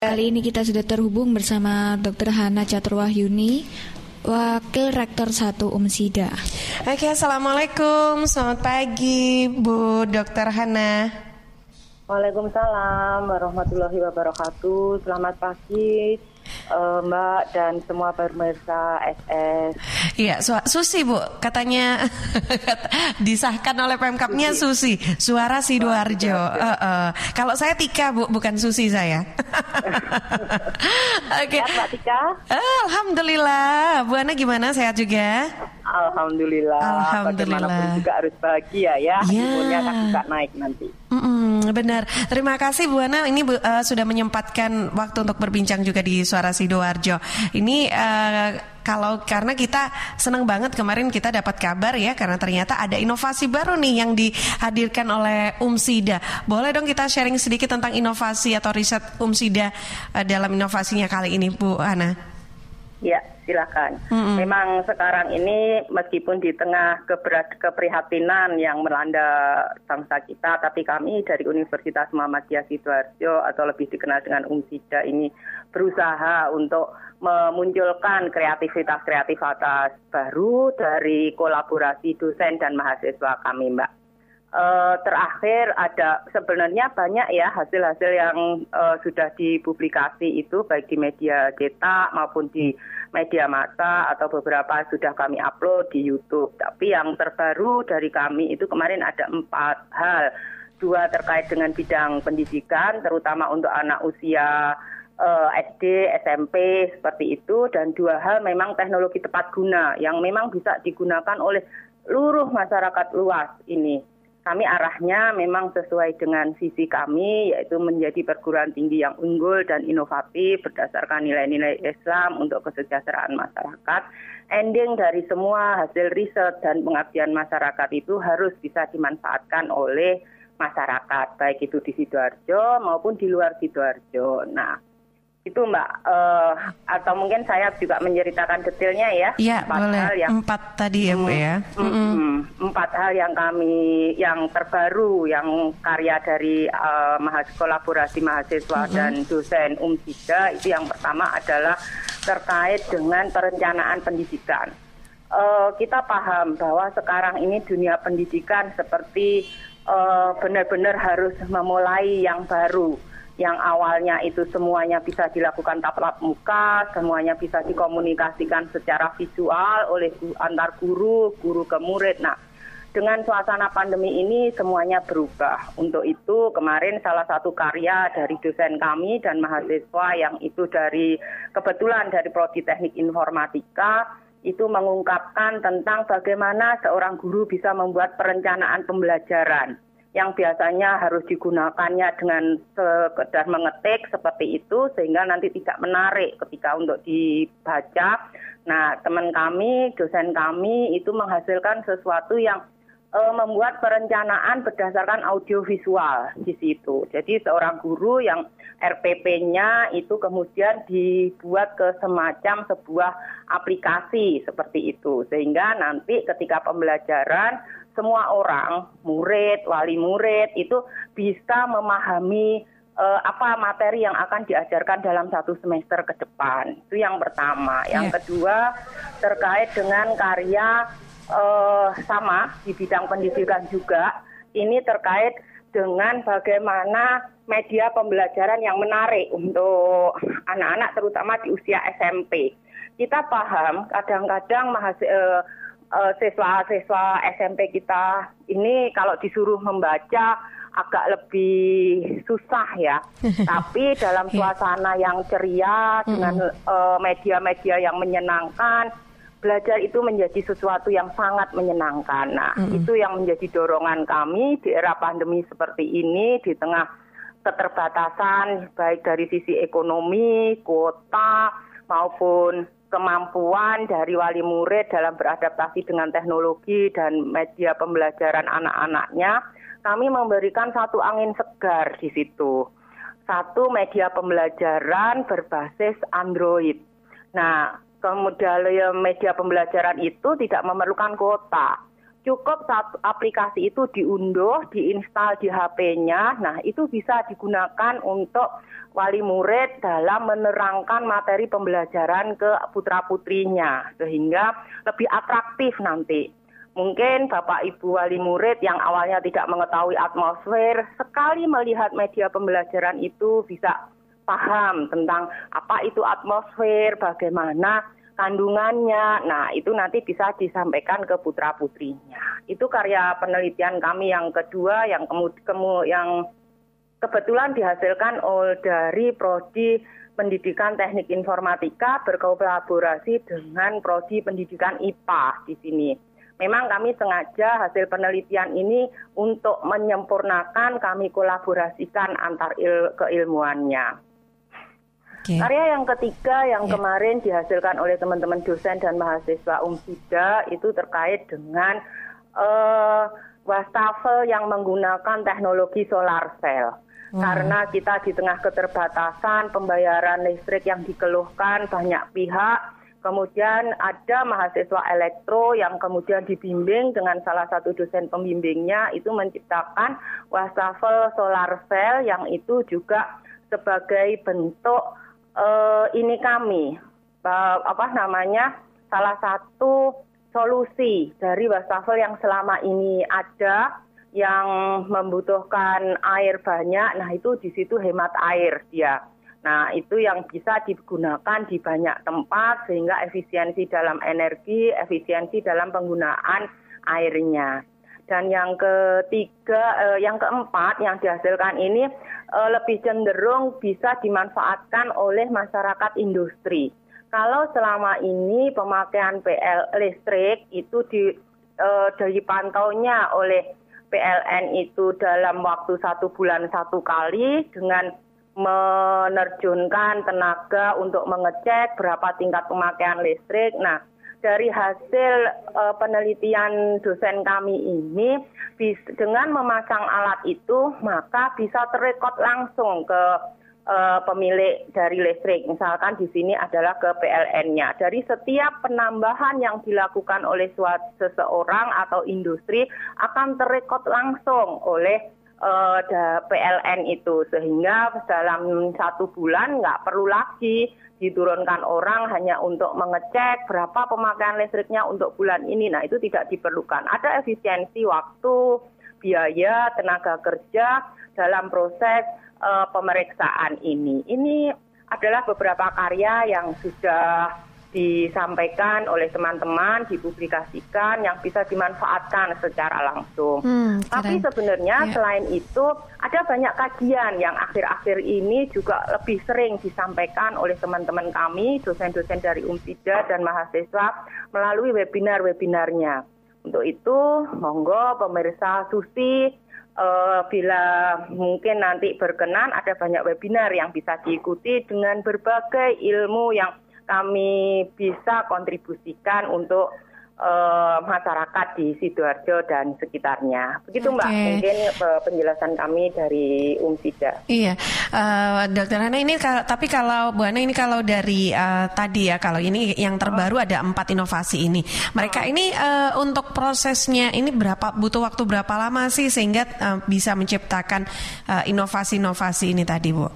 Kali ini kita sudah terhubung bersama Dr. Hana Caturwahyuni, Wakil Rektor 1 UMSIDA. Oke, Assalamualaikum. Selamat pagi, Bu Dr. Hana. Waalaikumsalam warahmatullahi wabarakatuh. Selamat pagi Mbak dan semua pemirsa SS. Iya, Susi Bu, katanya disahkan oleh Pemkapnya Susi, Suara Sidoarjo. Kalau saya Tika Bu, bukan Susi saya. Oke. Mbak Tika? Alhamdulillah. Bu Ana gimana? Sehat juga? Alhamdulillah. Bagaimanapun juga harus bahagia ya. Imunnya kan juga naik nanti. Benar. Terima kasih Bu Ana. Ini sudah menyempatkan waktu untuk berbincang juga di Suara Sidoarjo. Ini karena kita senang banget kemarin kita dapat kabar ya, karena ternyata ada inovasi baru nih yang dihadirkan oleh UMSIDA. Boleh dong kita sharing sedikit tentang inovasi atau riset UMSIDA dalam inovasinya kali ini, Bu Ana? Ya, silakan. Memang sekarang ini meskipun di tengah keprihatinan yang melanda bangsa kita, tapi kami dari Universitas Muhammadiyah Sidoarjo atau lebih dikenal dengan UMSIDA ini berusaha untuk memunculkan kreativitas baru dari kolaborasi dosen dan mahasiswa kami, Mbak. Terakhir ada sebenarnya banyak ya hasil-hasil yang sudah dipublikasi itu baik di media cetak maupun di media massa atau beberapa sudah kami upload di YouTube. Tapi yang terbaru dari kami itu kemarin ada 4 hal. 2 terkait dengan bidang pendidikan terutama untuk anak usia SD, SMP seperti itu, dan 2 hal memang teknologi tepat guna yang memang bisa digunakan oleh seluruh masyarakat luas ini. Kami arahnya memang sesuai dengan visi kami, yaitu menjadi perguruan tinggi yang unggul dan inovatif berdasarkan nilai-nilai Islam untuk kesejahteraan masyarakat. Ending dari semua hasil riset dan pengabdian masyarakat itu harus bisa dimanfaatkan oleh masyarakat, baik itu di Sidoarjo maupun di luar Sidoarjo. Nah, itu Mbak, atau mungkin saya juga menceritakan detailnya ya. Iya, boleh. 4 tadi ya Bu ya. 4 hal yang terbaru, yang karya dari kolaborasi mahasiswa dan dosen UMSIDA itu yang pertama adalah terkait dengan perencanaan pendidikan. Kita paham bahwa sekarang ini dunia pendidikan seperti benar-benar harus memulai yang baru. Yang awalnya itu semuanya bisa dilakukan tatap muka, semuanya bisa dikomunikasikan secara visual oleh antar guru ke murid. Nah, dengan suasana pandemi ini semuanya berubah. Untuk itu kemarin salah satu karya dari dosen kami dan mahasiswa yang itu kebetulan dari Prodi Teknik Informatika itu mengungkapkan tentang bagaimana seorang guru bisa membuat perencanaan pembelajaran yang biasanya harus digunakannya dengan sekedar mengetik seperti itu sehingga nanti tidak menarik ketika untuk dibaca. Nah, teman kami, dosen kami itu menghasilkan sesuatu yang membuat perencanaan berdasarkan audiovisual di situ. Jadi seorang guru yang RPP-nya itu kemudian dibuat ke semacam sebuah aplikasi seperti itu. Sehingga nanti ketika pembelajaran semua orang, murid, wali murid itu bisa memahami apa materi yang akan diajarkan dalam 1 semester ke depan. Itu yang pertama. Yang kedua terkait dengan karya sama di bidang pendidikan juga. Ini terkait dengan bagaimana media pembelajaran yang menarik untuk anak-anak terutama di usia SMP. Kita paham kadang-kadang siswa-siswa SMP kita ini kalau disuruh membaca agak lebih susah ya. Tapi dalam suasana yang ceria dengan media-media yang menyenangkan, belajar itu menjadi sesuatu yang sangat menyenangkan. Nah, itu yang menjadi dorongan kami di era pandemi seperti ini, di tengah keterbatasan baik dari sisi ekonomi, kuota maupun kemampuan dari wali murid dalam beradaptasi dengan teknologi dan media pembelajaran anak-anaknya, kami memberikan satu angin segar di situ. Satu media pembelajaran berbasis Android. Nah, kemudian media pembelajaran itu tidak memerlukan kuota. Cukup satu aplikasi itu diunduh, diinstal di HP-nya. Nah, itu bisa digunakan untuk wali murid dalam menerangkan materi pembelajaran ke putra-putrinya sehingga lebih atraktif nanti. Mungkin Bapak Ibu wali murid yang awalnya tidak mengetahui atmosfer, sekali melihat media pembelajaran itu bisa paham tentang apa itu atmosfer, bagaimana kandungannya. Nah, itu nanti bisa disampaikan ke putra-putrinya. Itu karya penelitian kami yang kedua yang yang kebetulan dihasilkan dari Prodi Pendidikan Teknik Informatika berkolaborasi dengan Prodi Pendidikan IPA di sini. Memang kami sengaja hasil penelitian ini untuk menyempurnakan, kami kolaborasikan antar keilmuannya. Okay. Karya yang ketiga yang kemarin dihasilkan oleh teman-teman dosen dan mahasiswa UMSIDA itu terkait dengan wastafel yang menggunakan teknologi solar cell. Karena kita di tengah keterbatasan pembayaran listrik yang dikeluhkan banyak pihak, kemudian ada mahasiswa elektro yang kemudian dibimbing dengan salah satu dosen pembimbingnya itu menciptakan wastafel solar cell yang itu juga sebagai bentuk ini kami salah satu solusi dari wastafel yang selama ini ada yang membutuhkan air banyak. Nah, itu di situ hemat air dia. Nah, itu yang bisa digunakan di banyak tempat sehingga efisiensi dalam energi, efisiensi dalam penggunaan airnya. Dan yang keempat yang dihasilkan ini lebih cenderung bisa dimanfaatkan oleh masyarakat industri. Kalau selama ini pemakaian listrik itu dipantaunya oleh PLN itu dalam waktu 1 bulan 1 kali dengan menerjunkan tenaga untuk mengecek berapa tingkat pemakaian listrik. Nah, dari hasil penelitian dosen kami ini, dengan memasang alat itu, maka bisa terrekod langsung ke pemilik dari listrik. Misalkan di sini adalah ke PLN-nya. Dari setiap penambahan yang dilakukan oleh seseorang atau industri akan terrekod langsung oleh PLN itu. Sehingga dalam 1 bulan nggak perlu lagi diturunkan orang hanya untuk mengecek berapa pemakaian listriknya untuk bulan ini. Nah, itu tidak diperlukan. Ada efisiensi waktu, biaya, tenaga kerja dalam proses pemeriksaan ini. Ini adalah beberapa karya yang sudah disampaikan oleh teman-teman, dipublikasikan, yang bisa dimanfaatkan secara langsung. Tapi sebenarnya selain itu ada banyak kajian yang akhir-akhir ini juga lebih sering disampaikan oleh teman-teman kami, dosen-dosen dari UMSIDA dan mahasiswa melalui webinar-webinarnya. Untuk itu, monggo pemirsa Susi, bila mungkin nanti berkenan ada banyak webinar yang bisa diikuti dengan berbagai ilmu yang kami bisa kontribusikan untuk masyarakat di Sidoarjo dan sekitarnya. Begitu Mbak, mungkin penjelasan kami dari UMSIDA. Iya, Dokter Hana ini tapi kalau Bu Hana ini kalau dari tadi ya, kalau ini yang terbaru ada 4 inovasi ini. Mereka ini untuk prosesnya ini butuh waktu berapa lama sih sehingga bisa menciptakan inovasi-inovasi ini tadi, Bu?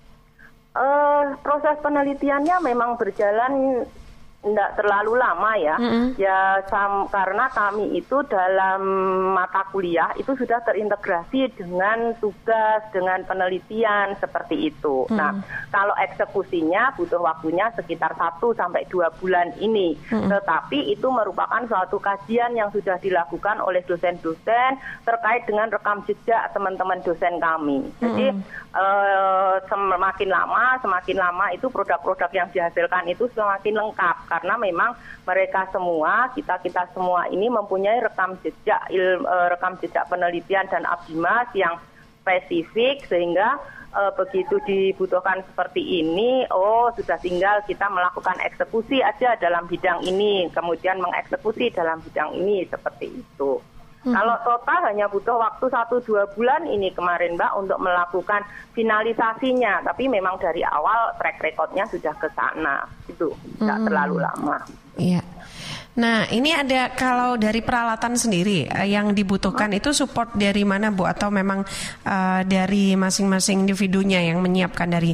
Proses penelitiannya memang berjalan tidak terlalu lama ya. Karena kami itu dalam mata kuliah itu sudah terintegrasi dengan tugas, dengan penelitian seperti itu. Nah, kalau eksekusinya butuh waktunya sekitar 1-2 bulan ini. Tetapi itu merupakan suatu kajian yang sudah dilakukan oleh dosen-dosen terkait dengan rekam jejak teman-teman dosen kami. Jadi semakin lama itu produk-produk yang dihasilkan itu semakin lengkap. Karena memang mereka semua, kita semua ini mempunyai rekam jejak penelitian dan abdimas yang spesifik sehingga begitu dibutuhkan seperti ini, sudah tinggal kita melakukan eksekusi aja dalam bidang ini, kemudian mengeksekusi dalam bidang ini seperti itu. Kalau total hanya butuh waktu 1-2 bulan ini kemarin Mbak untuk melakukan finalisasinya. Tapi memang dari awal track recordnya sudah ke sana. Itu tidak terlalu lama. Iya. Nah, ini ada kalau dari peralatan sendiri yang dibutuhkan itu support dari mana Bu? Atau memang dari masing-masing individunya yang menyiapkan dari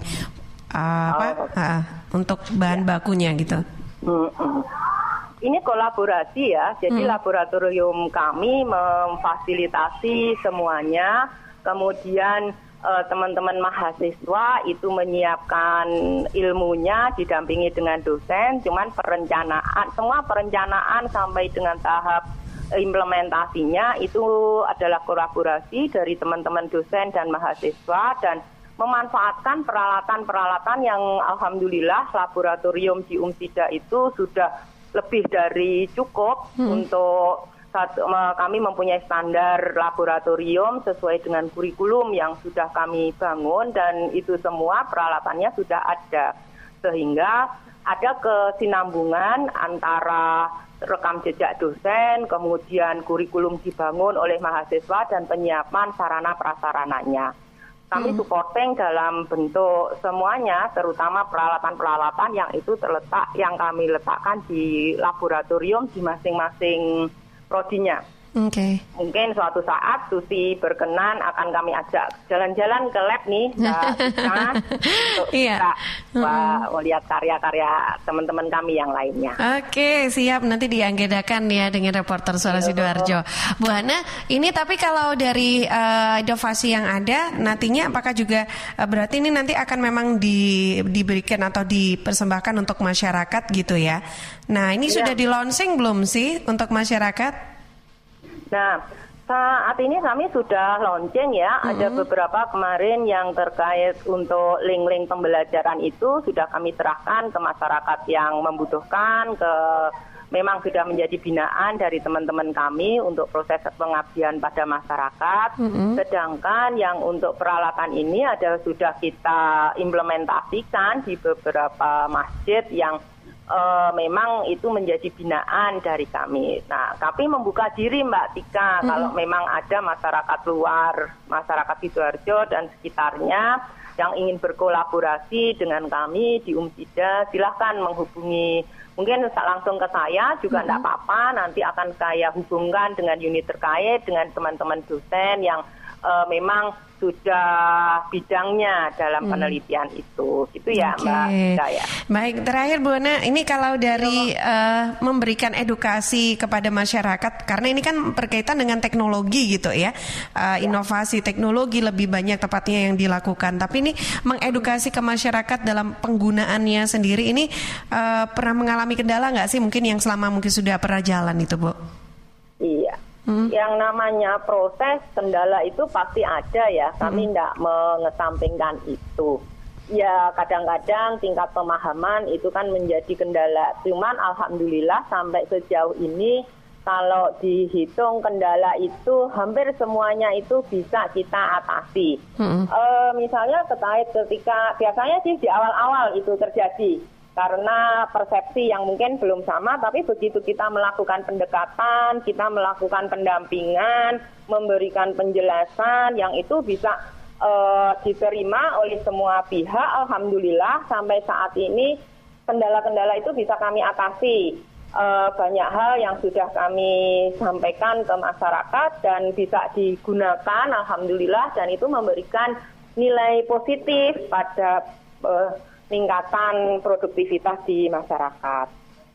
untuk bahan bakunya gitu? Ini kolaborasi ya, jadi laboratorium kami memfasilitasi semuanya, kemudian teman-teman mahasiswa itu menyiapkan ilmunya didampingi dengan dosen, cuman semua perencanaan sampai dengan tahap implementasinya itu adalah kolaborasi dari teman-teman dosen dan mahasiswa dan memanfaatkan peralatan-peralatan yang alhamdulillah laboratorium di UMSIDA itu sudah lebih dari cukup untuk kami mempunyai standar laboratorium sesuai dengan kurikulum yang sudah kami bangun dan itu semua peralatannya sudah ada sehingga ada kesinambungan antara rekam jejak dosen kemudian kurikulum dibangun oleh mahasiswa dan penyiapan sarana prasarananya. Kami supporting dalam bentuk semuanya, terutama peralatan-peralatan yang itu yang kami letakkan di laboratorium di masing-masing prodinya. Okay. Mungkin suatu saat Susi berkenan akan kami ajak jalan-jalan ke lab nih, untuk kita melihat karya-karya teman-teman kami yang lainnya. Oke, siap, nanti dianggedakan ya dengan reporter Suara Sidoarjo. Bu Hana, ini tapi kalau dari inovasi yang ada, nantinya apakah juga berarti ini nanti akan memang diberikan atau dipersembahkan untuk masyarakat gitu ya? Nah, ini sudah di launching belum sih untuk masyarakat? Nah, saat ini kami sudah launching ya, ada beberapa kemarin yang terkait untuk link-link pembelajaran itu sudah kami serahkan ke masyarakat yang membutuhkan, memang sudah menjadi binaan dari teman-teman kami untuk proses pengabdian pada masyarakat. Sedangkan yang untuk peralatan ini sudah kita implementasikan di beberapa masjid yang memang itu menjadi binaan dari kami. Nah, kami membuka diri Mbak Tika kalau memang ada masyarakat luar, masyarakat Sidoarjo dan sekitarnya yang ingin berkolaborasi dengan kami di UMSIDA, silahkan menghubungi mungkin langsung ke saya juga tidak apa-apa, nanti akan saya hubungkan dengan unit terkait, dengan teman-teman dosen yang memang sudah bidangnya dalam penelitian itu, gitu ya Mbak Daya. Baik, terakhir Bu Hana, ini kalau dari memberikan edukasi kepada masyarakat, karena ini kan berkaitan dengan teknologi gitu ya, inovasi teknologi lebih banyak tepatnya yang dilakukan. Tapi ini mengedukasi ke masyarakat dalam penggunaannya sendiri ini pernah mengalami kendala nggak sih? Mungkin yang selama mungkin sudah pernah jalan itu Bu? Iya. Yang namanya proses kendala itu pasti ada ya, kami tidak mengesampingkan itu. Ya kadang-kadang tingkat pemahaman itu kan menjadi kendala. Cuman alhamdulillah sampai sejauh ini kalau dihitung kendala itu hampir semuanya itu bisa kita atasi. Misalnya terkait ketika biasanya sih di awal-awal itu terjadi. Karena persepsi yang mungkin belum sama, tapi begitu kita melakukan pendekatan, kita melakukan pendampingan, memberikan penjelasan yang itu bisa diterima oleh semua pihak, alhamdulillah sampai saat ini kendala-kendala itu bisa kami atasi. Banyak hal yang sudah kami sampaikan ke masyarakat dan bisa digunakan, alhamdulillah, dan itu memberikan nilai positif pada peningkatan produktivitas di masyarakat.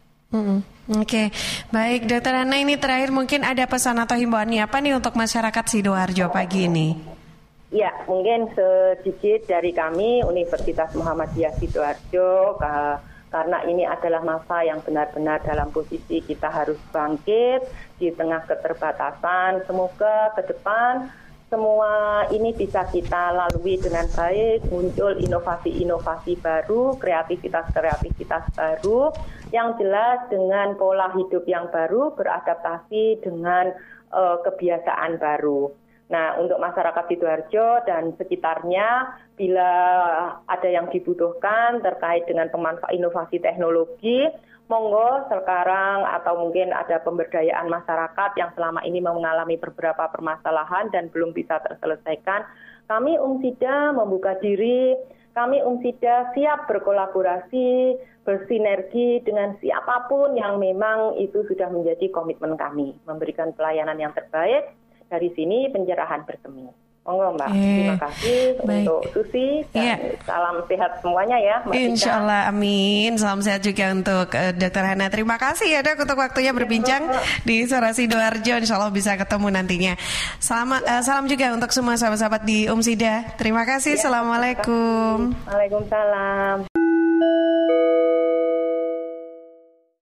Oke. Baik Dokter Hana, ini terakhir mungkin ada pesan atau himbauannya apa nih untuk masyarakat Sidoarjo pagi ini? Ya, mungkin sedikit dari kami Universitas Muhammadiyah Sidoarjo, karena ini adalah masa yang benar-benar dalam posisi kita harus bangkit di tengah keterbatasan. Semoga ke depan semua ini bisa kita lalui dengan baik, muncul inovasi-inovasi baru, kreativitas-kreativitas baru, yang jelas dengan pola hidup yang baru, beradaptasi dengan kebiasaan baru. Nah, untuk masyarakat Sidoarjo dan sekitarnya, bila ada yang dibutuhkan terkait dengan pemanfaatan inovasi teknologi, monggo sekarang atau mungkin ada pemberdayaan masyarakat yang selama ini mengalami beberapa permasalahan dan belum bisa terselesaikan. Kami UMSIDA membuka diri kami UMSIDA siap berkolaborasi, bersinergi dengan siapapun yang memang itu sudah menjadi komitmen kami, memberikan pelayanan yang terbaik. Dari sini pencerahan bersemi. Monggo Mbak, terima kasih untuk Susi dan salam sehat semuanya ya Mbak. Insya Allah, amin. Salam sehat juga untuk Dr. Hana. Terima kasih ya Dok untuk waktunya berbincang di Suara Sidoarjo. Insya Allah bisa ketemu nantinya. Salam juga untuk semua sahabat-sahabat di UMSIDA. Terima kasih. Assalamualaikum. Waalaikumsalam.